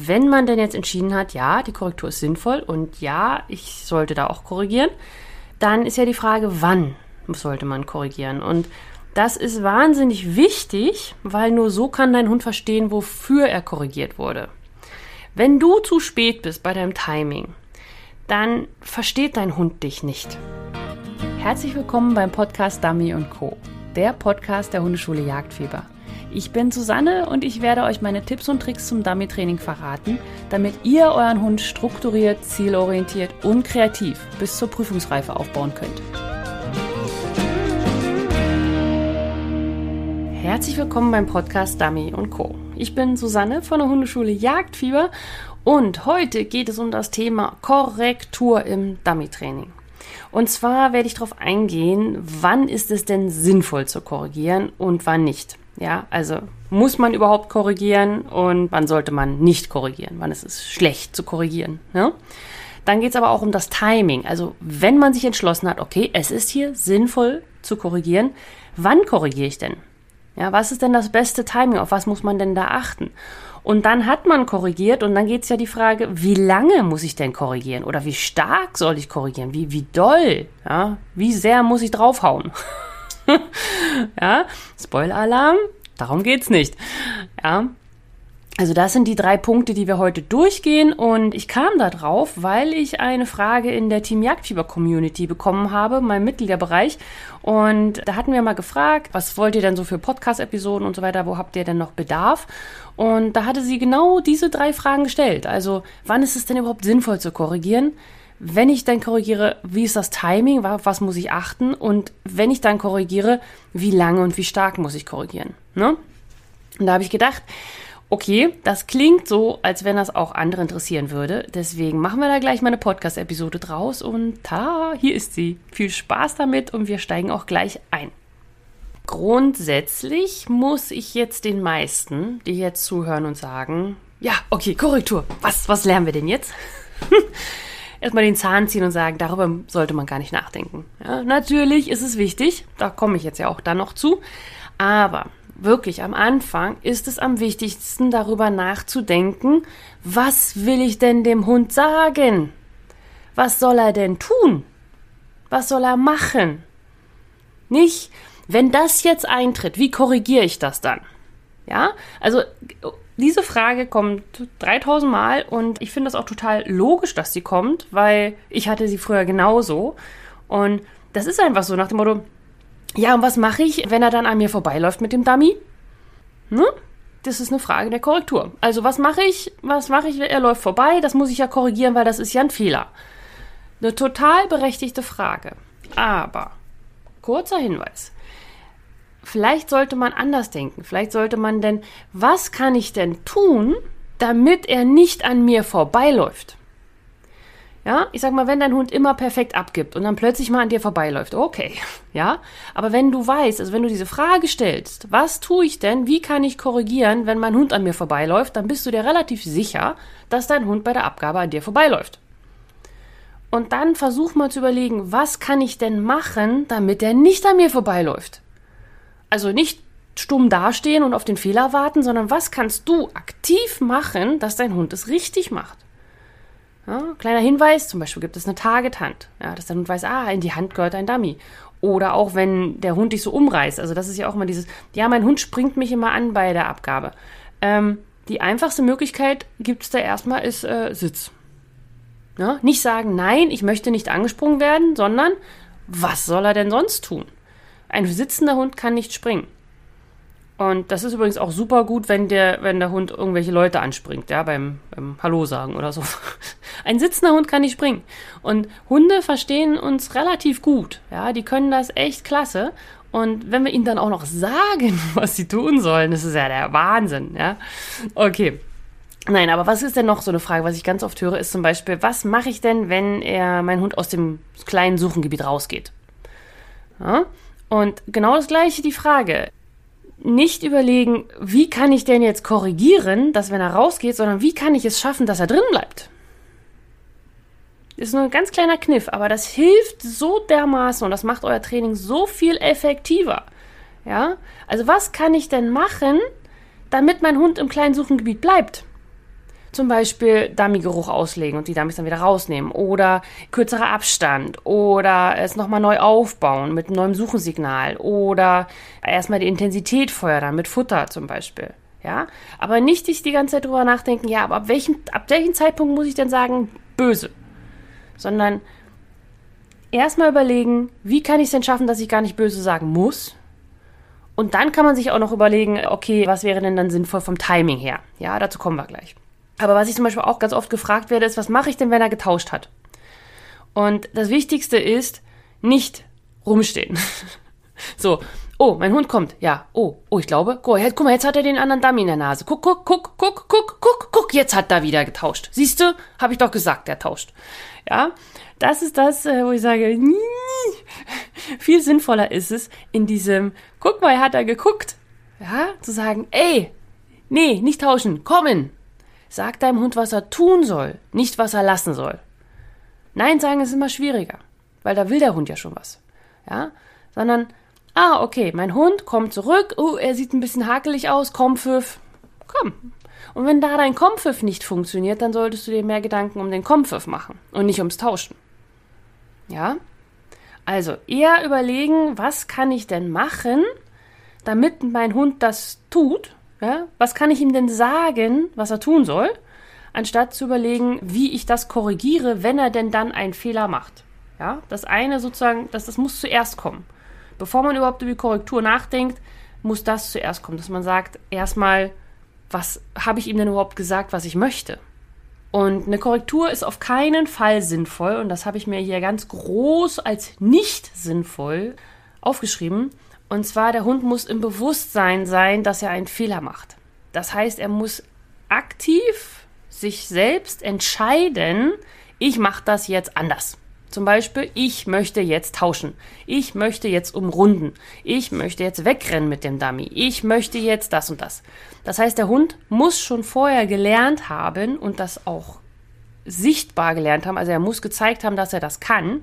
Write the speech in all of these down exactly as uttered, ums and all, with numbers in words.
wenn man denn jetzt entschieden hat, ja, die Korrektur ist sinnvoll und ja, ich sollte da auch korrigieren, dann ist ja die Frage, wann sollte man korrigieren? Und das ist wahnsinnig wichtig, weil nur so kann dein Hund verstehen, wofür er korrigiert wurde. Wenn du zu spät bist bei deinem Timing, dann versteht dein Hund dich nicht. Herzlich willkommen beim Podcast Dummy und Co., der Podcast der Hundeschule Jagdfieber. Ich bin Susanne und ich werde euch meine Tipps und Tricks zum Dummy-Training verraten, damit ihr euren Hund strukturiert, zielorientiert und kreativ bis zur Prüfungsreife aufbauen könnt. Herzlich willkommen beim Podcast Dummy und Co. Ich bin Susanne von der Hundeschule Jagdfieber und heute geht es um das Thema Korrektur im Dummy-Training. Und zwar werde ich darauf eingehen, wann ist es denn sinnvoll zu korrigieren und wann nicht. Ja, also muss man überhaupt korrigieren und wann sollte man nicht korrigieren? Wann ist es schlecht zu korrigieren? Ne? Dann geht es aber auch um das Timing. Also wenn man sich entschlossen hat, okay, es ist hier sinnvoll zu korrigieren, wann korrigiere ich denn? Ja, was ist denn das beste Timing? Auf was muss man denn da achten? Und dann hat man korrigiert und dann geht es ja die Frage, wie lange muss ich denn korrigieren? Oder wie stark soll ich korrigieren? Wie, wie doll? Ja, wie sehr muss ich draufhauen? Ja, Spoiler-Alarm, darum geht's nicht. Ja, also das sind die drei Punkte, die wir heute durchgehen und ich kam da drauf, weil ich eine Frage in der Team Jagdfieber Community bekommen habe, mein Mitgliederbereich, und da hatten wir mal gefragt, was wollt ihr denn so für Podcast-Episoden und so weiter, wo habt ihr denn noch Bedarf? Und da hatte sie genau diese drei Fragen gestellt, also wann ist es denn überhaupt sinnvoll zu korrigieren? Wenn ich dann korrigiere, wie ist das Timing, auf was muss ich achten? Und wenn ich dann korrigiere, wie lange und wie stark muss ich korrigieren? Ne? Und da habe ich gedacht, okay, das klingt so, als wenn das auch andere interessieren würde. Deswegen machen wir da gleich mal eine Podcast-Episode draus. Und tada, hier ist sie. Viel Spaß damit und wir steigen auch gleich ein. Grundsätzlich muss ich jetzt den meisten, die jetzt zuhören und sagen, ja, okay, Korrektur, was, was lernen wir denn jetzt? Erstmal den Zahn ziehen und sagen, darüber sollte man gar nicht nachdenken. Ja, natürlich ist es wichtig, da komme ich jetzt ja auch dann noch zu, aber wirklich am Anfang ist es am wichtigsten, darüber nachzudenken, was will ich denn dem Hund sagen? Was soll er denn tun? Was soll er machen? Nicht, wenn das jetzt eintritt, wie korrigiere ich das dann? Ja, also diese Frage kommt dreitausend Mal und ich finde das auch total logisch, dass sie kommt, weil ich hatte sie früher genauso. Und das ist einfach so nach dem Motto, ja, und was mache ich, wenn er dann an mir vorbeiläuft mit dem Dummy? Hm? Das ist eine Frage der Korrektur. Also was mache ich, was mache ich, er läuft vorbei? Das muss ich ja korrigieren, weil das ist ja ein Fehler. Eine total berechtigte Frage. Aber, kurzer Hinweis. Vielleicht sollte man anders denken. Vielleicht sollte man denn, was kann ich denn tun, damit er nicht an mir vorbeiläuft? Ja, ich sag mal, wenn dein Hund immer perfekt abgibt und dann plötzlich mal an dir vorbeiläuft, okay, ja. Aber wenn du weißt, also wenn du diese Frage stellst, was tue ich denn, wie kann ich korrigieren, wenn mein Hund an mir vorbeiläuft, dann bist du dir relativ sicher, dass dein Hund bei der Abgabe an dir vorbeiläuft. Und dann versuch mal zu überlegen, was kann ich denn machen, damit er nicht an mir vorbeiläuft? Also nicht stumm dastehen und auf den Fehler warten, sondern was kannst du aktiv machen, dass dein Hund es richtig macht? Ja, kleiner Hinweis, zum Beispiel gibt es eine Target-Hand, ja, dass der Hund weiß, ah, in die Hand gehört ein Dummy. Oder auch, wenn der Hund dich so umreißt, also das ist ja auch mal dieses, ja, mein Hund springt mich immer an bei der Abgabe. Ähm, die einfachste Möglichkeit gibt es da erstmal, ist äh, Sitz. Ja, nicht sagen, nein, ich möchte nicht angesprungen werden, sondern was soll er denn sonst tun? Ein sitzender Hund kann nicht springen. Und das ist übrigens auch super gut, wenn der, wenn der Hund irgendwelche Leute anspringt, ja, beim, beim Hallo sagen oder so. Ein sitzender Hund kann nicht springen. Und Hunde verstehen uns relativ gut, ja, die können das echt klasse. Und wenn wir ihnen dann auch noch sagen, was sie tun sollen, das ist ja der Wahnsinn, ja. Okay. Nein, aber was ist denn noch so eine Frage, was ich ganz oft höre, ist zum Beispiel, was mache ich denn, wenn er, mein Hund aus dem kleinen Suchengebiet rausgeht? Ja? Und genau das Gleiche die Frage. Nicht überlegen, wie kann ich denn jetzt korrigieren, dass wenn er rausgeht, sondern wie kann ich es schaffen, dass er drin bleibt? Das ist nur ein ganz kleiner Kniff, aber das hilft so dermaßen und das macht euer Training so viel effektiver. Ja? Also was kann ich denn machen, damit mein Hund im kleinen Suchengebiet bleibt? Zum Beispiel Dummy-Geruch auslegen und die Dummies dann wieder rausnehmen. Oder kürzerer Abstand. Oder es nochmal neu aufbauen mit einem neuen Suchensignal. Oder erstmal die Intensität fördern mit Futter zum Beispiel. Ja? Aber nicht sich die ganze Zeit drüber nachdenken, ja, aber ab welchem, ab welchem Zeitpunkt muss ich denn sagen, böse? Sondern erstmal überlegen, wie kann ich es denn schaffen, dass ich gar nicht böse sagen muss? Und dann kann man sich auch noch überlegen, okay, was wäre denn dann sinnvoll vom Timing her? Ja, dazu kommen wir gleich. Aber was ich zum Beispiel auch ganz oft gefragt werde, ist, was mache ich denn, wenn er getauscht hat? Und das Wichtigste ist, nicht rumstehen. So, oh, mein Hund kommt. Ja, oh, oh, ich glaube, oh, guck mal, jetzt hat er den anderen Dummy in der Nase. Guck, guck, guck, guck, guck, guck, guck, jetzt hat er wieder getauscht. Siehst du? Habe ich doch gesagt, der tauscht. Ja, das ist das, wo ich sage, viel sinnvoller ist es, in diesem, guck mal, hat er geguckt, ja, zu sagen, ey, nee, nicht tauschen, kommen. Sag deinem Hund, was er tun soll, nicht was er lassen soll. Nein sagen ist immer schwieriger, weil da will der Hund ja schon was. Ja, sondern, ah, okay, mein Hund kommt zurück, oh, er sieht ein bisschen hakelig aus, Kompfiff, komm. Und wenn da dein Kompfiff nicht funktioniert, dann solltest du dir mehr Gedanken um den Kompfiff machen und nicht ums Tauschen. Ja, also eher überlegen, was kann ich denn machen, damit mein Hund das tut. Ja? Was kann ich ihm denn sagen, was er tun soll, anstatt zu überlegen, wie ich das korrigiere, wenn er denn dann einen Fehler macht. Ja? Das eine sozusagen, das, das muss zuerst kommen. Bevor man überhaupt über die Korrektur nachdenkt, muss das zuerst kommen, dass man sagt, erstmal, was habe ich ihm denn überhaupt gesagt, was ich möchte? Und eine Korrektur ist auf keinen Fall sinnvoll, und das habe ich mir hier ganz groß als nicht sinnvoll aufgeschrieben. Und zwar, der Hund muss im Bewusstsein sein, dass er einen Fehler macht. Das heißt, er muss aktiv sich selbst entscheiden, ich mache das jetzt anders. Zum Beispiel, ich möchte jetzt tauschen. Ich möchte jetzt umrunden. Ich möchte jetzt wegrennen mit dem Dummy. Ich möchte jetzt das und das. Das heißt, der Hund muss schon vorher gelernt haben und das auch sichtbar gelernt haben. Also er muss gezeigt haben, dass er das kann,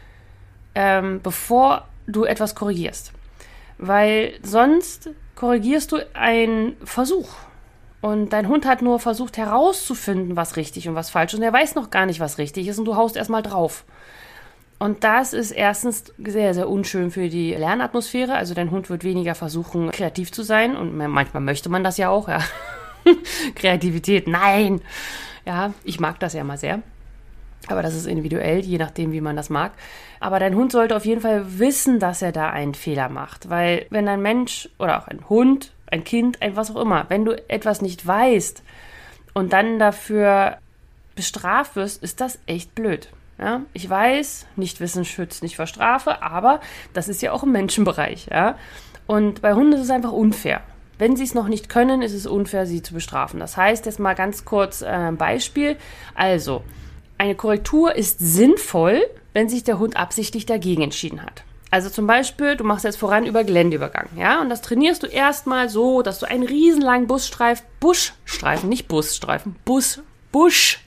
ähm, bevor du etwas korrigierst. Weil sonst korrigierst du einen Versuch. Und dein Hund hat nur versucht herauszufinden, was richtig und was falsch ist. Und er weiß noch gar nicht, was richtig ist. Und du haust erstmal drauf. Und das ist erstens sehr, sehr unschön für die Lernatmosphäre. Also dein Hund wird weniger versuchen, kreativ zu sein. Und manchmal möchte man das ja auch, ja. Kreativität, nein. Ja, ich mag das ja mal sehr. Aber das ist individuell, je nachdem, wie man das mag. Aber dein Hund sollte auf jeden Fall wissen, dass er da einen Fehler macht. Weil wenn ein Mensch oder auch ein Hund, ein Kind, ein was auch immer, wenn du etwas nicht weißt und dann dafür bestraft wirst, ist das echt blöd. Ja? Ich weiß, Nichtwissen schützt nicht vor Strafe, aber das ist ja auch im Menschenbereich. Ja? Und bei Hunden ist es einfach unfair. Wenn sie es noch nicht können, ist es unfair, sie zu bestrafen. Das heißt, jetzt mal ganz kurz ein äh, Beispiel. Also, eine Korrektur ist sinnvoll, wenn sich der Hund absichtlich dagegen entschieden hat. Also zum Beispiel, du machst jetzt voran über Geländeübergang, ja, und das trainierst du erstmal so, dass du einen riesenlangen Busstreifen, Buschstreifen, nicht Busstreifen, Bus, Busch,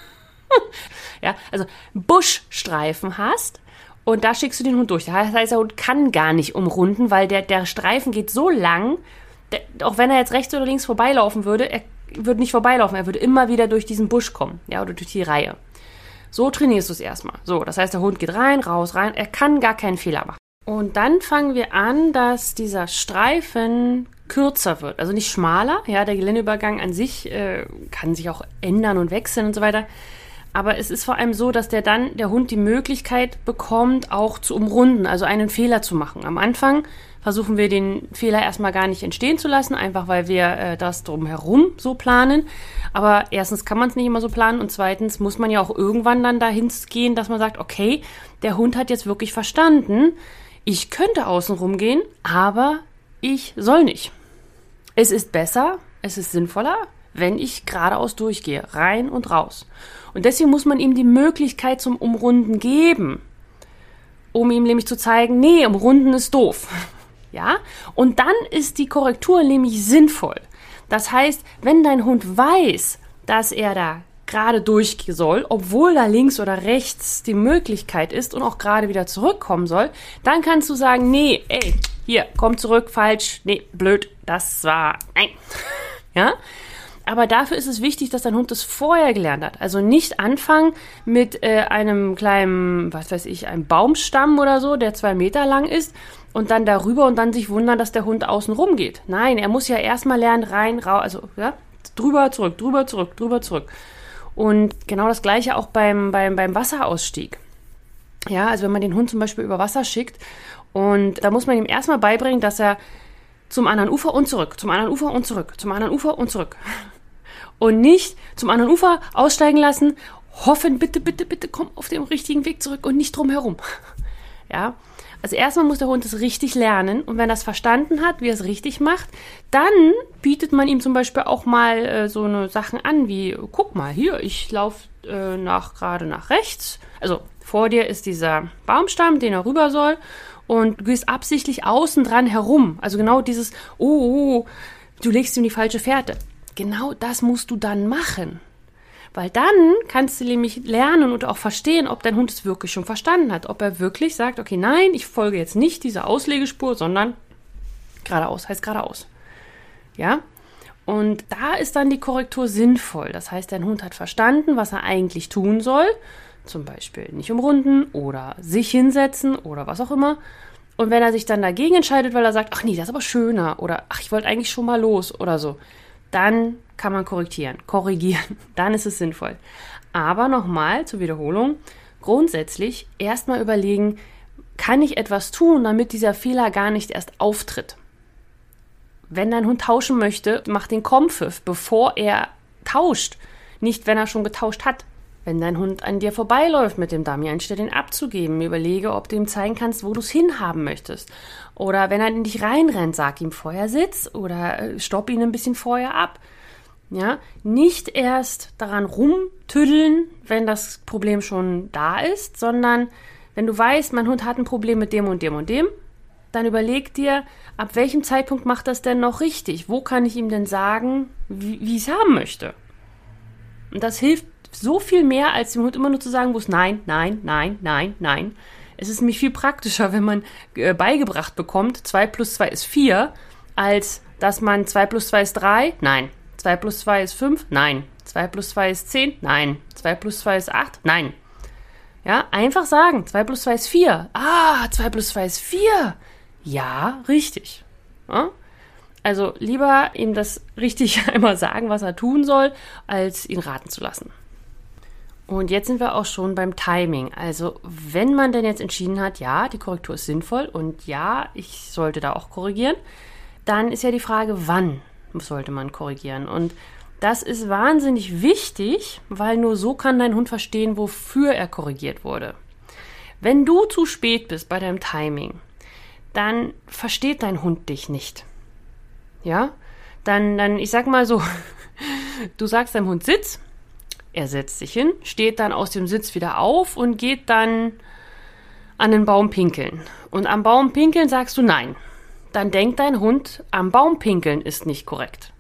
ja, also Buschstreifen hast und da schickst du den Hund durch. Das heißt, der Hund kann gar nicht umrunden, weil der, der Streifen geht so lang, der, auch wenn er jetzt rechts oder links vorbeilaufen würde, er würde nicht vorbeilaufen, er würde immer wieder durch diesen Busch kommen, ja, oder durch die Reihe. So trainierst du es erstmal. So, das heißt, der Hund geht rein, raus, rein. Er kann gar keinen Fehler machen. Und dann fangen wir an, dass dieser Streifen kürzer wird. Also nicht schmaler. Ja, der Geländeübergang an sich äh, kann sich auch ändern und wechseln und so weiter. Aber es ist vor allem so, dass der dann, der Hund die Möglichkeit bekommt, auch zu umrunden, also einen Fehler zu machen. Am Anfang versuchen wir den Fehler erstmal gar nicht entstehen zu lassen, einfach weil wir äh, das drumherum so planen. Aber erstens kann man es nicht immer so planen und zweitens muss man ja auch irgendwann dann dahin gehen, dass man sagt, okay, der Hund hat jetzt wirklich verstanden, ich könnte außen rumgehen, aber ich soll nicht. Es ist besser, es ist sinnvoller, wenn ich geradeaus durchgehe, rein und raus. Und deswegen muss man ihm die Möglichkeit zum Umrunden geben, um ihm nämlich zu zeigen, nee, Umrunden ist doof. Ja? Und dann ist die Korrektur nämlich sinnvoll. Das heißt, wenn dein Hund weiß, dass er da gerade durch soll, obwohl da links oder rechts die Möglichkeit ist und auch gerade wieder zurückkommen soll, dann kannst du sagen, nee, ey, hier, komm zurück, falsch, nee, blöd, das war, nein. Ja? Aber dafür ist es wichtig, dass dein Hund das vorher gelernt hat. Also nicht anfangen mit äh, einem kleinen, was weiß ich, einem Baumstamm oder so, der zwei Meter lang ist und dann darüber und dann sich wundern, dass der Hund außen rum geht. Nein, er muss ja erstmal lernen, rein, raus, also ja, drüber, zurück, drüber, zurück, drüber, zurück. Und genau das Gleiche auch beim, beim, beim Wasserausstieg. Ja, also wenn man den Hund zum Beispiel über Wasser schickt und da muss man ihm erstmal beibringen, dass er zum anderen Ufer und zurück, zum anderen Ufer und zurück, zum anderen Ufer und zurück. Und nicht zum anderen Ufer aussteigen lassen, hoffen, bitte, bitte, bitte, komm auf dem richtigen Weg zurück und nicht drum herum. Ja, also erstmal muss der Hund es richtig lernen und wenn er es verstanden hat, wie er es richtig macht, dann bietet man ihm zum Beispiel auch mal äh, so eine Sachen an, wie, guck mal, hier, ich laufe äh, nach, gerade nach rechts, also vor dir ist dieser Baumstamm, den er rüber soll und du gehst absichtlich außen dran herum. Also genau dieses, oh, oh, du legst ihm die falsche Fährte. Genau das musst du dann machen. Weil dann kannst du nämlich lernen und auch verstehen, ob dein Hund es wirklich schon verstanden hat. Ob er wirklich sagt, okay, nein, ich folge jetzt nicht dieser Auslegespur, sondern geradeaus heißt geradeaus. Ja? Und da ist dann die Korrektur sinnvoll. Das heißt, dein Hund hat verstanden, was er eigentlich tun soll. Zum Beispiel nicht umrunden oder sich hinsetzen oder was auch immer. Und wenn er sich dann dagegen entscheidet, weil er sagt, ach nee, das ist aber schöner oder ach, ich wollte eigentlich schon mal los oder so, dann kann man korrigieren, korrigieren, dann ist es sinnvoll. Aber nochmal zur Wiederholung, grundsätzlich erstmal überlegen, kann ich etwas tun, damit dieser Fehler gar nicht erst auftritt. Wenn dein Hund tauschen möchte, mach den Kompfiff, bevor er tauscht, nicht wenn er schon getauscht hat. Wenn dein Hund an dir vorbeiläuft mit dem Dummy, anstatt ihn abzugeben, überlege, ob du ihm zeigen kannst, wo du es hinhaben möchtest. Oder wenn er in dich reinrennt, sag ihm vorher Sitz oder stopp ihn ein bisschen vorher ab. Ja, nicht erst daran rumtüddeln, wenn das Problem schon da ist, sondern wenn du weißt, mein Hund hat ein Problem mit dem und dem und dem, dann überleg dir, ab welchem Zeitpunkt macht das denn noch richtig? Wo kann ich ihm denn sagen, wie, wie ich es haben möchte? Und das hilft so viel mehr, als dem Hund immer nur zu sagen muss, nein, nein, nein, nein, nein. Es ist nämlich viel praktischer, wenn man äh, beigebracht bekommt, zwei plus zwei ist vier, als dass man zwei plus zwei ist drei, nein. zwei plus zwei ist fünf, nein. zwei plus zwei ist zehn, nein. zwei plus zwei ist acht, nein. Ja, einfach sagen, zwei plus zwei ist vier. Ah, zwei plus zwei ist vier. Ja, richtig. Ja? Also lieber ihm das richtig einmal sagen, was er tun soll, als ihn raten zu lassen. Und jetzt sind wir auch schon beim Timing. Also wenn man denn jetzt entschieden hat, ja, die Korrektur ist sinnvoll und ja, ich sollte da auch korrigieren, dann ist ja die Frage, wann sollte man korrigieren? Und das ist wahnsinnig wichtig, weil nur so kann dein Hund verstehen, wofür er korrigiert wurde. Wenn du zu spät bist bei deinem Timing, dann versteht dein Hund dich nicht. Ja? Dann, dann, ich sag mal so, du sagst deinem Hund Sitz, er setzt sich hin, steht dann aus dem Sitz wieder auf und geht dann an den Baum pinkeln. Und am Baum pinkeln sagst du nein. Dann denkt dein Hund, am Baum pinkeln ist nicht korrekt.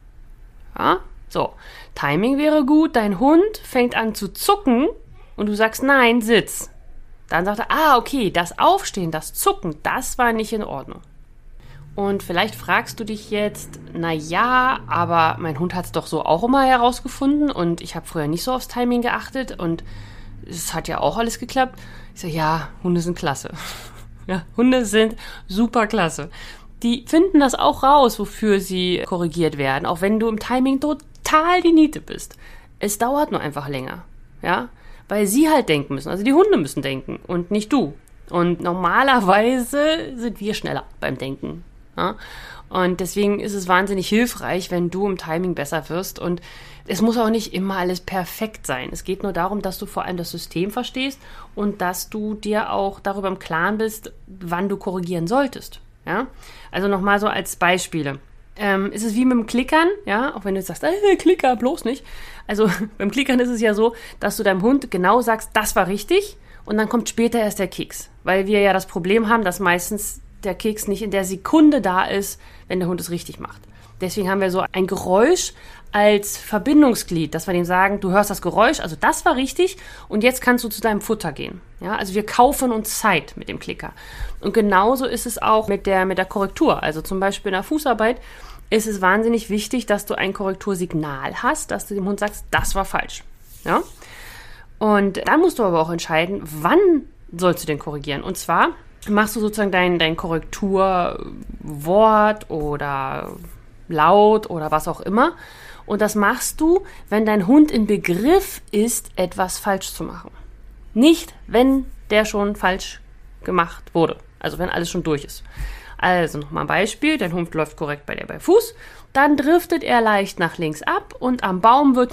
Ja, so. Timing wäre gut, dein Hund fängt an zu zucken und du sagst nein, Sitz. Dann sagt er, ah, okay, das Aufstehen, das Zucken, das war nicht in Ordnung. Und vielleicht fragst du dich jetzt, na ja, aber mein Hund hat es doch so auch immer herausgefunden und ich habe früher nicht so aufs Timing geachtet und es hat ja auch alles geklappt. Ich sage, ja, Hunde sind klasse. Ja, Hunde sind super klasse. Die finden das auch raus, wofür sie korrigiert werden, auch wenn du im Timing total die Niete bist. Es dauert nur einfach länger, ja, weil sie halt denken müssen. Also die Hunde müssen denken und nicht du. Und normalerweise sind wir schneller beim Denken. Ja? Und deswegen ist es wahnsinnig hilfreich, wenn du im Timing besser wirst. Und es muss auch nicht immer alles perfekt sein. Es geht nur darum, dass du vor allem das System verstehst und dass du dir auch darüber im Klaren bist, wann du korrigieren solltest. Ja? Also nochmal so als Beispiele. Ähm, ist es wie mit dem Klickern, ja, auch wenn du jetzt sagst, äh, Klicker, bloß nicht. Also beim Klickern ist es ja so, dass du deinem Hund genau sagst, das war richtig und dann kommt später erst der Keks. Weil wir ja das Problem haben, dass meistens der Keks nicht in der Sekunde da ist, wenn der Hund es richtig macht. Deswegen haben wir so ein Geräusch als Verbindungsglied, dass wir dem sagen, du hörst das Geräusch, also das war richtig und jetzt kannst du zu deinem Futter gehen. Ja, also wir kaufen uns Zeit mit dem Klicker. Und genauso ist es auch mit der, mit der Korrektur. Also zum Beispiel in der Fußarbeit ist es wahnsinnig wichtig, dass du ein Korrektursignal hast, dass du dem Hund sagst, das war falsch. Ja? Und dann musst du aber auch entscheiden, wann sollst du denn korrigieren. Und zwar machst du sozusagen dein, dein Korrekturwort oder Laut oder was auch immer. Und das machst du, wenn dein Hund im Begriff ist, etwas falsch zu machen. Nicht, wenn der schon falsch gemacht wurde. Also wenn alles schon durch ist. Also nochmal ein Beispiel. Dein Hund läuft korrekt bei dir bei Fuß. Dann driftet er leicht nach links ab und am Baum wird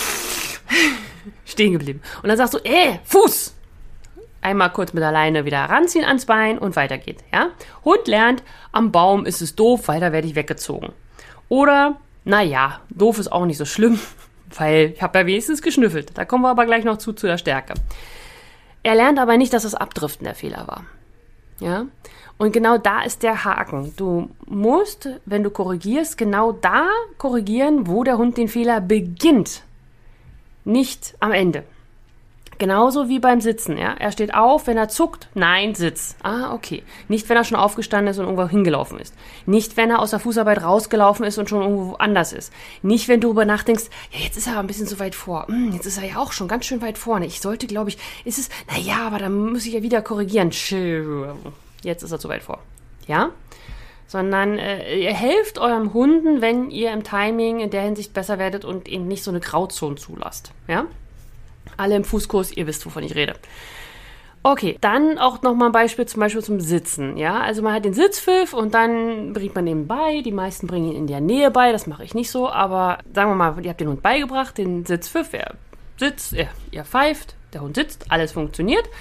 stehen geblieben. Und dann sagst du, äh, Fuß! Einmal kurz mit der Leine wieder ranziehen ans Bein und weiter geht. Ja? Hund lernt, am Baum ist es doof, weil da werde ich weggezogen. Oder, naja, doof ist auch nicht so schlimm, weil ich habe ja wenigstens geschnüffelt. Da kommen wir aber gleich noch zu, zu der Stärke. Er lernt aber nicht, dass das Abdriften der Fehler war. Ja? Und genau da ist der Haken. Du musst, wenn du korrigierst, genau da korrigieren, wo der Hund den Fehler beginnt. Nicht am Ende. Genauso wie beim Sitzen, ja. Er steht auf, wenn er zuckt, nein, Sitz. Ah, okay. Nicht, wenn er schon aufgestanden ist und irgendwo hingelaufen ist. Nicht, wenn er aus der Fußarbeit rausgelaufen ist und schon irgendwo anders ist. Nicht, wenn du darüber nachdenkst, ja, jetzt ist er aber ein bisschen so weit vor. Hm, jetzt ist er ja auch schon ganz schön weit vorne. Ich sollte, glaube ich, ist es, naja, aber dann muss ich ja wieder korrigieren. Jetzt ist er zu weit vor. Ja? Sondern äh, ihr helft eurem Hunden, wenn ihr im Timing in der Hinsicht besser werdet und eben nicht so eine Grauzone zulasst. Ja? Alle im Fußkurs, ihr wisst, wovon ich rede. Okay, dann auch nochmal ein Beispiel zum Beispiel zum Sitzen. Ja, also man hat den Sitzpfiff und dann bringt man ihn bei. Die meisten bringen ihn in der Nähe bei, das mache ich nicht so. Aber sagen wir mal, ihr habt den Hund beigebracht, den Sitzpfiff, er sitzt, er, ihr pfeift, der Hund sitzt, alles funktioniert.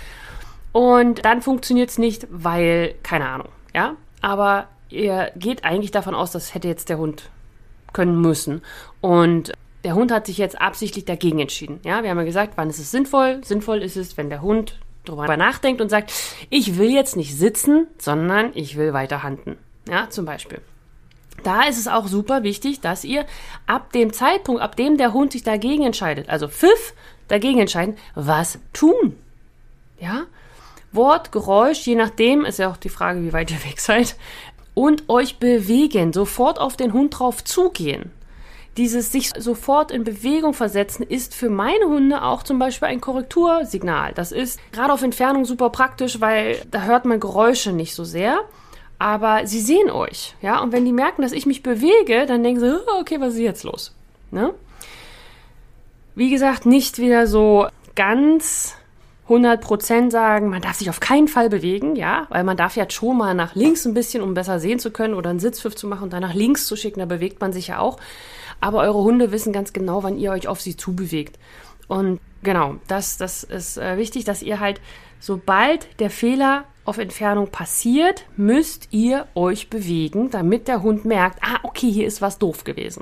Und dann funktioniert es nicht, weil, keine Ahnung, ja. Aber ihr geht eigentlich davon aus, das hätte jetzt der Hund können müssen. Und der Hund hat sich jetzt absichtlich dagegen entschieden. Ja, wir haben ja gesagt, wann ist es sinnvoll? Sinnvoll ist es, wenn der Hund darüber nachdenkt und sagt, ich will jetzt nicht sitzen, sondern ich will weiter handen. Ja, zum Beispiel. Da ist es auch super wichtig, dass ihr ab dem Zeitpunkt, ab dem der Hund sich dagegen entscheidet, also Pfiff, dagegen entscheiden, was tun. Ja, Wort, Geräusch, je nachdem, ist ja auch die Frage, wie weit ihr weg seid, und euch bewegen, sofort auf den Hund drauf zugehen. Dieses sich sofort in Bewegung versetzen ist für meine Hunde auch zum Beispiel ein Korrektursignal. Das ist gerade auf Entfernung super praktisch, weil da hört man Geräusche nicht so sehr. Aber sie sehen euch. Ja? Und wenn die merken, dass ich mich bewege, dann denken sie, oh, okay, was ist jetzt los? Ne? Wie gesagt, nicht wieder so ganz hundert Prozent sagen, man darf sich auf keinen Fall bewegen, ja, weil man darf ja schon mal nach links ein bisschen, um besser sehen zu können oder einen Sitzpfiff zu machen und dann nach links zu schicken, da bewegt man sich ja auch. Aber eure Hunde wissen ganz genau, wann ihr euch auf sie zubewegt. Und genau, das, das ist äh, wichtig, dass ihr halt, sobald der Fehler auf Entfernung passiert, müsst ihr euch bewegen, damit der Hund merkt, ah, okay, hier ist was doof gewesen.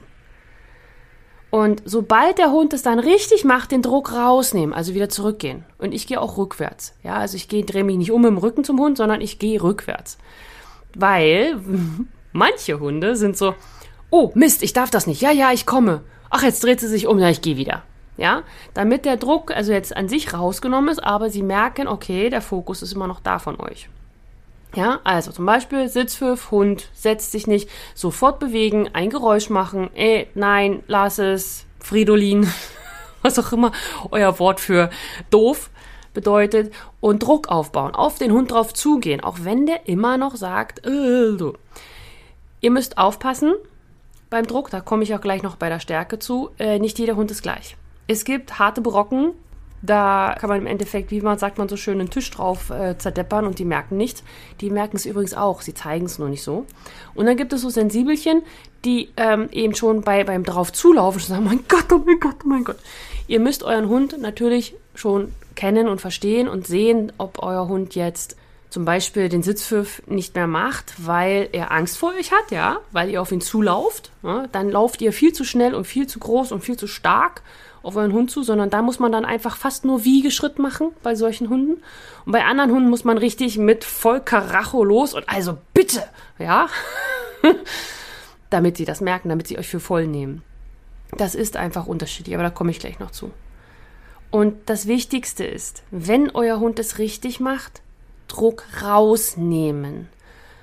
Und sobald der Hund es dann richtig macht, den Druck rausnehmen, also wieder zurückgehen. Und ich gehe auch rückwärts. Ja, also ich gehe, drehe mich nicht um mit dem Rücken zum Hund, sondern ich gehe rückwärts. Weil manche Hunde sind so, oh, Mist, ich darf das nicht. Ja, ja, ich komme. Ach, jetzt dreht sie sich um, ja, ich gehe wieder. Ja, damit der Druck also jetzt an sich rausgenommen ist, aber sie merken, okay, der Fokus ist immer noch da von euch. Ja, also zum Beispiel Sitzpfiff, Hund setzt sich nicht, sofort bewegen, ein Geräusch machen, ey, nein, lass es, Fridolin, was auch immer euer Wort für doof bedeutet, und Druck aufbauen, auf den Hund drauf zugehen, auch wenn der immer noch sagt, äh, so. Ihr müsst aufpassen beim Druck, da komme ich auch gleich noch bei der Stärke zu, äh, nicht jeder Hund ist gleich. Es gibt harte Brocken, da kann man im Endeffekt, wie man sagt, man so schön einen Tisch drauf äh, zerdeppern und die merken nichts. Die merken es übrigens auch, sie zeigen es nur nicht so. Und dann gibt es so Sensibelchen, die ähm, eben schon bei, beim drauf zulaufen schon sagen, mein Gott, oh mein Gott, oh mein Gott. Ihr müsst euren Hund natürlich schon kennen und verstehen und sehen, ob euer Hund jetzt zum Beispiel den Sitzpfiff nicht mehr macht, weil er Angst vor euch hat, ja, weil ihr auf ihn zulauft. Ja, dann lauft ihr viel zu schnell und viel zu groß und viel zu stark auf euren Hund zu, sondern da muss man dann einfach fast nur Wiegeschritt machen bei solchen Hunden. Und bei anderen Hunden muss man richtig mit voll Karacho los und also bitte, ja, damit sie das merken, damit sie euch für voll nehmen. Das ist einfach unterschiedlich, aber da komme ich gleich noch zu. Und das Wichtigste ist, wenn euer Hund es richtig macht, Druck rausnehmen.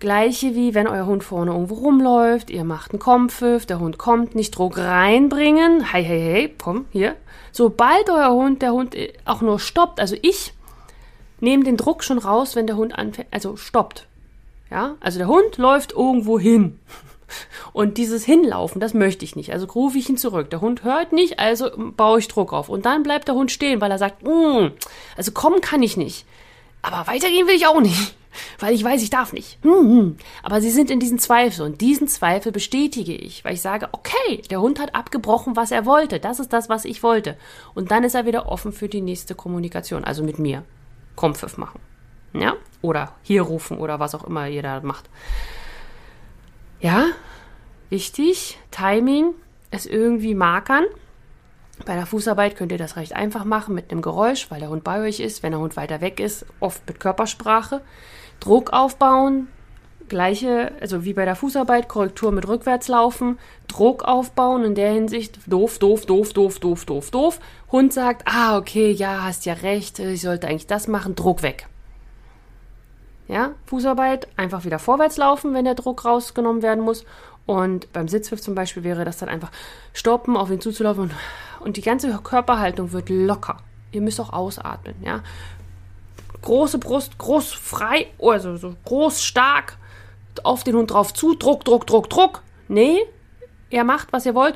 Gleiche wie, wenn euer Hund vorne irgendwo rumläuft, ihr macht einen Kompfiff, der Hund kommt, nicht Druck reinbringen, hey, hey, hey, komm, hier. Sobald euer Hund, der Hund auch nur stoppt, also ich nehme den Druck schon raus, wenn der Hund anfängt, also stoppt. Ja, also der Hund läuft irgendwo hin. Und dieses Hinlaufen, das möchte ich nicht. Also rufe ich ihn zurück. Der Hund hört nicht, also baue ich Druck auf. Und dann bleibt der Hund stehen, weil er sagt, mm, also kommen kann ich nicht. Aber weitergehen will ich auch nicht, weil ich weiß, ich darf nicht. Aber sie sind in diesen Zweifel und diesen Zweifel bestätige ich, weil ich sage, okay, der Hund hat abgebrochen, was er wollte. Das ist das, was ich wollte. Und dann ist er wieder offen für die nächste Kommunikation, also mit mir. Kompfiff machen. Ja? Oder hier rufen oder was auch immer ihr da macht. Ja, wichtig, Timing, es irgendwie markern. Bei der Fußarbeit könnt ihr das recht einfach machen mit einem Geräusch, weil der Hund bei euch ist. Wenn der Hund weiter weg ist, oft mit Körpersprache. Druck aufbauen, gleiche, also wie bei der Fußarbeit, Korrektur mit Rückwärtslaufen. Druck aufbauen in der Hinsicht, doof, doof, doof, doof, doof, doof, doof. Hund sagt, ah, okay, ja, hast ja recht, ich sollte eigentlich das machen, Druck weg. Ja, Fußarbeit, einfach wieder vorwärts laufen, wenn der Druck rausgenommen werden muss. Und beim Sitzpfiff zum Beispiel wäre das dann einfach stoppen, auf ihn zuzulaufen und, und die ganze Körperhaltung wird locker. Ihr müsst auch ausatmen, ja. Große Brust, groß, frei, also so groß, stark, auf den Hund drauf zu, Druck, Druck, Druck, Druck. Nee, ihr macht, was ihr wollt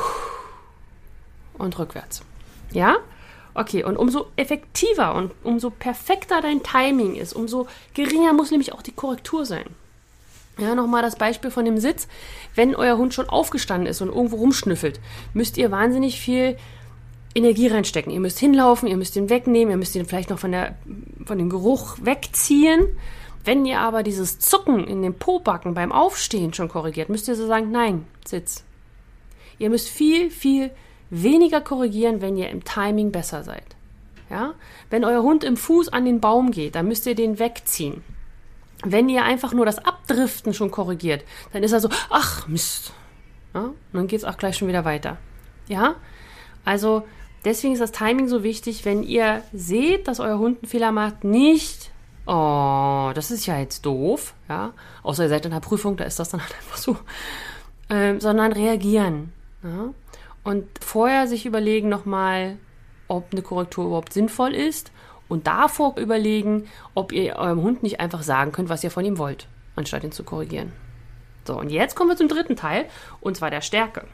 und rückwärts. Ja? Okay, und umso effektiver und umso perfekter dein Timing ist, umso geringer muss nämlich auch die Korrektur sein. Ja, nochmal das Beispiel von dem Sitz. Wenn euer Hund schon aufgestanden ist und irgendwo rumschnüffelt, müsst ihr wahnsinnig viel Energie reinstecken. Ihr müsst hinlaufen, ihr müsst ihn wegnehmen, ihr müsst ihn vielleicht noch von, der, von dem Geruch wegziehen. Wenn ihr aber dieses Zucken in den Pobacken beim Aufstehen schon korrigiert, müsst ihr so sagen, nein, Sitz. Ihr müsst viel, viel weniger korrigieren, wenn ihr im Timing besser seid. Ja? Wenn euer Hund im Fuß an den Baum geht, dann müsst ihr den wegziehen. Wenn ihr einfach nur das Abdriften schon korrigiert, dann ist er so, ach Mist. Ja? Und dann geht es auch gleich schon wieder weiter. Ja? Also deswegen ist das Timing so wichtig, wenn ihr seht, dass euer Hund einen Fehler macht, nicht, oh, das ist ja jetzt doof, ja? Außer ihr seid in der Prüfung, da ist das dann halt einfach so, ähm, sondern reagieren. Ja? Und vorher sich überlegen nochmal, ob eine Korrektur überhaupt sinnvoll ist und davor überlegen, ob ihr eurem Hund nicht einfach sagen könnt, was ihr von ihm wollt, anstatt ihn zu korrigieren. So, und jetzt kommen wir zum dritten Teil, und zwar der Stärke.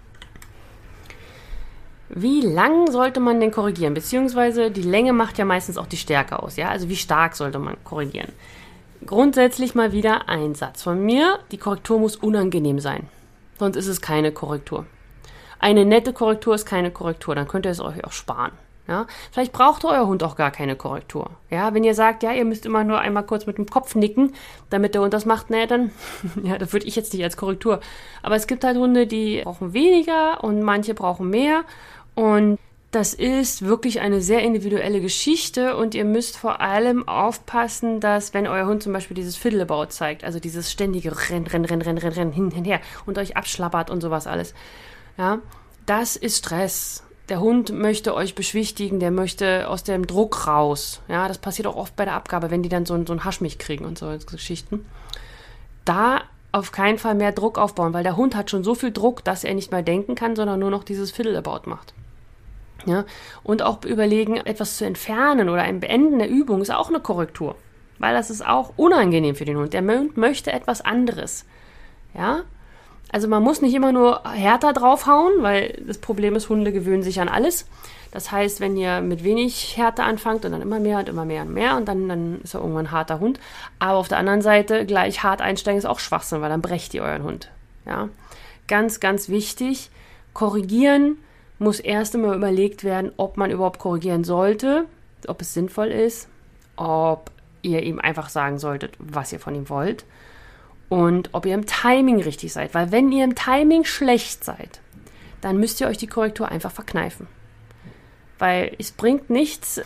Wie lang sollte man denn korrigieren? Beziehungsweise die Länge macht ja meistens auch die Stärke aus, ja? Also wie stark sollte man korrigieren? Grundsätzlich mal wieder ein Satz von mir, die Korrektur muss unangenehm sein, sonst ist es keine Korrektur. Eine nette Korrektur ist keine Korrektur, dann könnt ihr es euch auch sparen. Ja? Vielleicht braucht euer Hund auch gar keine Korrektur. Ja? Wenn ihr sagt, ja, ihr müsst immer nur einmal kurz mit dem Kopf nicken, damit der Hund das macht, naja, dann, ja, das würde ich jetzt nicht als Korrektur. Aber es gibt halt Hunde, die brauchen weniger und manche brauchen mehr. Und das ist wirklich eine sehr individuelle Geschichte und ihr müsst vor allem aufpassen, dass, wenn euer Hund zum Beispiel dieses Fiddleabout zeigt, also dieses ständige Rennen, Rennen, Rennen, Rennen, Rennen, Rennen, hin, hin, her und euch abschlappert und sowas alles, ja, das ist Stress. Der Hund möchte euch beschwichtigen, der möchte aus dem Druck raus. Ja, das passiert auch oft bei der Abgabe, wenn die dann so, so einen Haschmich kriegen und so Geschichten. Da auf keinen Fall mehr Druck aufbauen, weil der Hund hat schon so viel Druck, dass er nicht mehr denken kann, sondern nur noch dieses Fiddleabout macht. Ja, und auch überlegen, etwas zu entfernen oder ein Beenden der Übung ist auch eine Korrektur, weil das ist auch unangenehm für den Hund. Der Hund möchte etwas anderes. Ja, also man muss nicht immer nur härter draufhauen, weil das Problem ist, Hunde gewöhnen sich an alles. Das heißt, wenn ihr mit wenig Härte anfangt und dann immer mehr und immer mehr und mehr und dann, dann ist er irgendwann ein harter Hund. Aber auf der anderen Seite gleich hart einsteigen ist auch Schwachsinn, weil dann brecht ihr euren Hund. Ja, ganz, ganz wichtig, korrigieren muss erst einmal überlegt werden, ob man überhaupt korrigieren sollte, ob es sinnvoll ist, ob ihr ihm einfach sagen solltet, was ihr von ihm wollt und ob ihr im Timing richtig seid. Weil wenn ihr im Timing schlecht seid, dann müsst ihr euch die Korrektur einfach verkneifen. Weil es bringt nichts.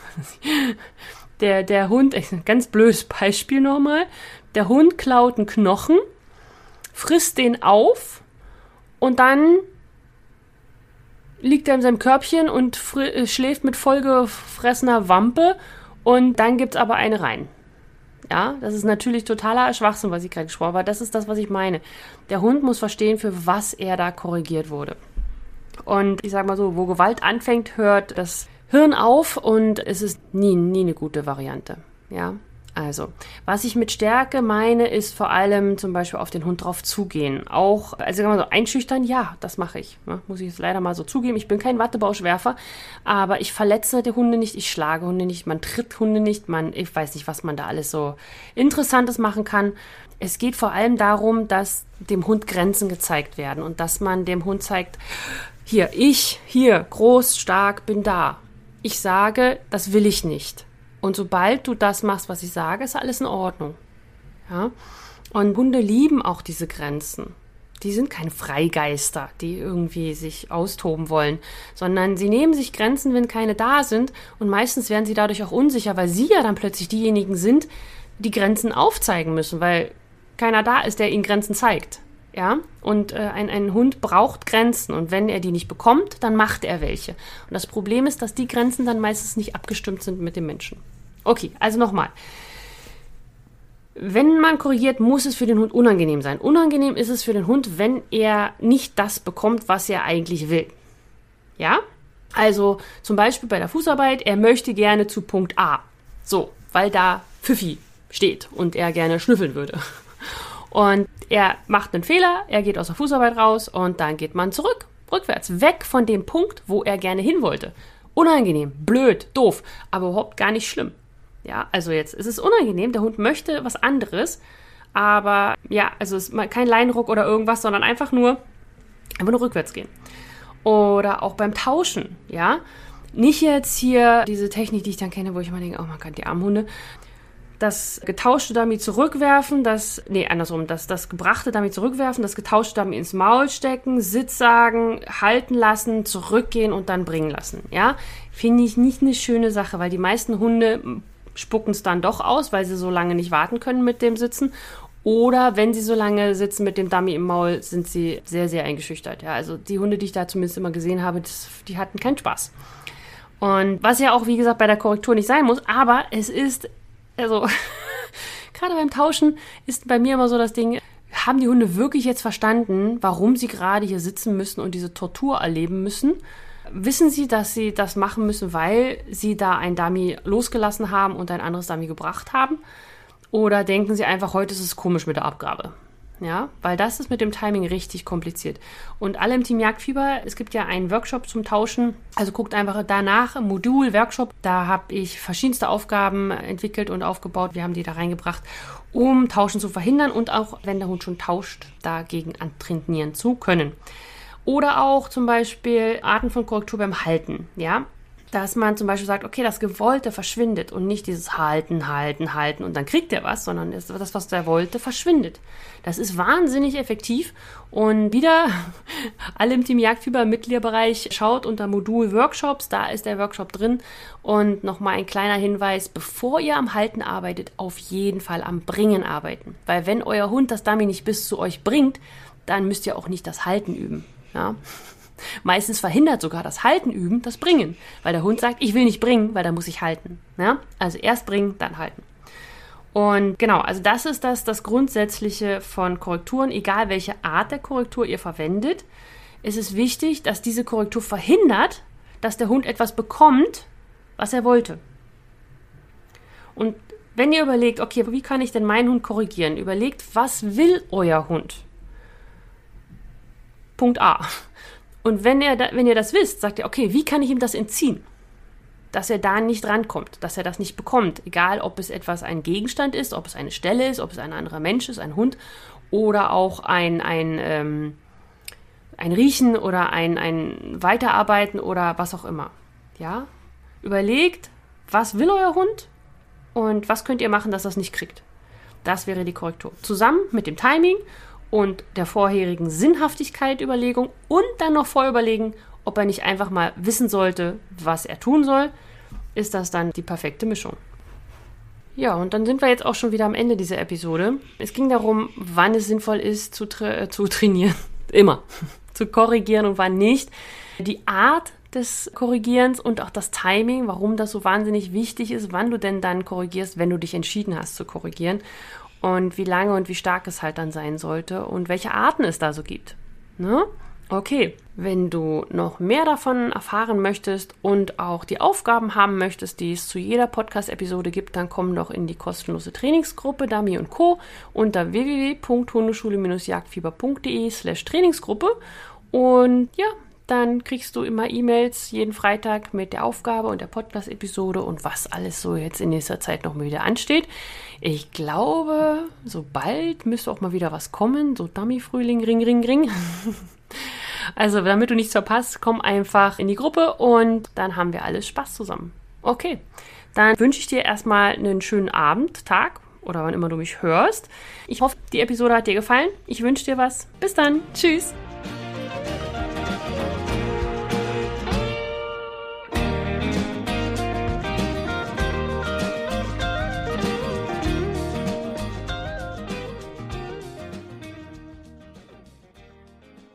Der, der Hund, ganz blödes Beispiel nochmal, der Hund klaut einen Knochen, frisst den auf und dann liegt er in seinem Körbchen und fr- schläft mit vollgefressener Wampe und dann gibt's aber eine rein. Ja, das ist natürlich totaler Schwachsinn, was ich gerade gesprochen habe, aber das ist das, was ich meine. Der Hund muss verstehen, für was er da korrigiert wurde. Und ich sage mal so, wo Gewalt anfängt, hört das Hirn auf und es ist nie, nie eine gute Variante. Ja, also, was ich mit Stärke meine, ist vor allem zum Beispiel auf den Hund drauf zugehen. Auch, also sagen wir mal so, einschüchtern, ja, das mache ich. Ne? Muss ich jetzt leider mal so zugeben. Ich bin kein Wattebauschwerfer, aber ich verletze die Hunde nicht, ich schlage Hunde nicht, man tritt Hunde nicht, man, ich weiß nicht, was man da alles so Interessantes machen kann. Es geht vor allem darum, dass dem Hund Grenzen gezeigt werden und dass man dem Hund zeigt, hier, ich, hier, groß, stark, bin da. Ich sage, das will ich nicht. Und sobald du das machst, was ich sage, ist alles in Ordnung. Ja? Und Hunde lieben auch diese Grenzen. Die sind keine Freigeister, die irgendwie sich austoben wollen, sondern sie nehmen sich Grenzen, wenn keine da sind. Und meistens werden sie dadurch auch unsicher, weil sie ja dann plötzlich diejenigen sind, die Grenzen aufzeigen müssen, weil keiner da ist, der ihnen Grenzen zeigt. Ja, und äh, ein, ein Hund braucht Grenzen und wenn er die nicht bekommt, dann macht er welche. Und das Problem ist, dass die Grenzen dann meistens nicht abgestimmt sind mit dem Menschen. Okay, also nochmal. Wenn man korrigiert, muss es für den Hund unangenehm sein. Unangenehm ist es für den Hund, wenn er nicht das bekommt, was er eigentlich will. Ja, also zum Beispiel bei der Fußarbeit, er möchte gerne zu Punkt A. So, weil da Pfiffi steht und er gerne schnüffeln würde. Und er macht einen Fehler, er geht aus der Fußarbeit raus und dann geht man zurück, rückwärts, weg von dem Punkt, wo er gerne hin wollte. Unangenehm, blöd, doof, aber überhaupt gar nicht schlimm. Ja, also jetzt ist es unangenehm, der Hund möchte was anderes, aber ja, also es ist kein Leinenruck oder irgendwas, sondern einfach nur, einfach nur rückwärts gehen. Oder auch beim Tauschen, ja. Nicht jetzt hier diese Technik, die ich dann kenne, wo ich immer denke, oh mein Gott, die armen Hunde. Das getauschte Dummy zurückwerfen, das, nee, andersrum, das, das gebrachte Dummy zurückwerfen, das getauschte Dummy ins Maul stecken, Sitz sagen, halten lassen, zurückgehen und dann bringen lassen, ja. Finde ich nicht eine schöne Sache, weil die meisten Hunde spucken es dann doch aus, weil sie so lange nicht warten können mit dem Sitzen. Oder wenn sie so lange sitzen mit dem Dummy im Maul, sind sie sehr, sehr eingeschüchtert, ja. Also die Hunde, die ich da zumindest immer gesehen habe, das, die hatten keinen Spaß. Und was ja auch, wie gesagt, bei der Korrektur nicht sein muss, aber es ist Also, gerade beim Tauschen ist bei mir immer so das Ding, haben die Hunde wirklich jetzt verstanden, warum sie gerade hier sitzen müssen und diese Tortur erleben müssen? Wissen sie, dass sie das machen müssen, weil sie da ein Dummy losgelassen haben und ein anderes Dummy gebracht haben? Oder denken sie einfach, heute ist es komisch mit der Abgabe? Ja, weil das ist mit dem Timing richtig kompliziert. Und alle im Team Jagdfieber, es gibt ja einen Workshop zum Tauschen, also guckt einfach danach, im Modul Workshop, da habe ich verschiedenste Aufgaben entwickelt und aufgebaut, wir haben die da reingebracht, um Tauschen zu verhindern und auch, wenn der Hund schon tauscht, dagegen antrainieren zu können. Oder auch zum Beispiel Arten von Korrektur beim Halten, ja. Dass man zum Beispiel sagt, okay, das Gewollte verschwindet und nicht dieses Halten, Halten, Halten und dann kriegt er was, sondern das, was der wollte, verschwindet. Das ist wahnsinnig effektiv und wieder alle im Team Jagdfieber im Mitgliederbereich schaut unter Modul Workshops, da ist der Workshop drin und nochmal ein kleiner Hinweis, bevor ihr am Halten arbeitet, auf jeden Fall am Bringen arbeiten, weil wenn euer Hund das Dummy nicht bis zu euch bringt, dann müsst ihr auch nicht das Halten üben, ja. Meistens verhindert sogar das Halten üben das Bringen, weil der Hund sagt, ich will nicht bringen, weil da muss ich halten. Ja? Also erst bringen, dann halten. Und genau, also das ist das, das Grundsätzliche von Korrekturen, egal welche Art der Korrektur ihr verwendet. Es ist wichtig, dass diese Korrektur verhindert, dass der Hund etwas bekommt, was er wollte. Und wenn ihr überlegt, okay, wie kann ich denn meinen Hund korrigieren? Überlegt, was will euer Hund? Punkt A. Und wenn, er da, wenn ihr das wisst, sagt ihr, okay, wie kann ich ihm das entziehen? Dass er da nicht rankommt, dass er das nicht bekommt. Egal, ob es etwas ein Gegenstand ist, ob es eine Stelle ist, ob es ein anderer Mensch ist, ein Hund oder auch ein, ein, ähm, ein Riechen oder ein, ein Weiterarbeiten oder was auch immer. Ja? Überlegt, was will euer Hund und was könnt ihr machen, dass er es nicht kriegt. Das wäre die Korrektur. Zusammen mit dem Timing und der vorherigen Sinnhaftigkeit Überlegung und dann noch vorüberlegen, ob er nicht einfach mal wissen sollte, was er tun soll, ist das dann die perfekte Mischung. Ja, und dann sind wir jetzt auch schon wieder am Ende dieser Episode. Es ging darum, wann es sinnvoll ist, zu, tra- äh, zu trainieren, immer, zu korrigieren und wann nicht. Die Art des Korrigierens und auch das Timing, warum das so wahnsinnig wichtig ist, wann du denn dann korrigierst, wenn du dich entschieden hast zu korrigieren und wie lange und wie stark es halt dann sein sollte und welche Arten es da so gibt. Ne? Okay, wenn du noch mehr davon erfahren möchtest und auch die Aufgaben haben möchtest, die es zu jeder Podcast-Episode gibt, dann komm doch in die kostenlose Trainingsgruppe Dami und Co. unter w w w punkt hundeschule jagdfieber punkt d e slash Trainingsgruppe und ja, dann kriegst du immer E-Mails jeden Freitag mit der Aufgabe und der Podcast-Episode und was alles so jetzt in nächster Zeit noch mal wieder ansteht. Ich glaube, so bald müsste auch mal wieder was kommen, so Dummy-Frühling, Ring, Ring, Ring. Also, damit du nichts verpasst, komm einfach in die Gruppe und dann haben wir alles Spaß zusammen. Okay, dann wünsche ich dir erstmal einen schönen Abend, Tag oder wann immer du mich hörst. Ich hoffe, die Episode hat dir gefallen. Ich wünsche dir was. Bis dann. Tschüss.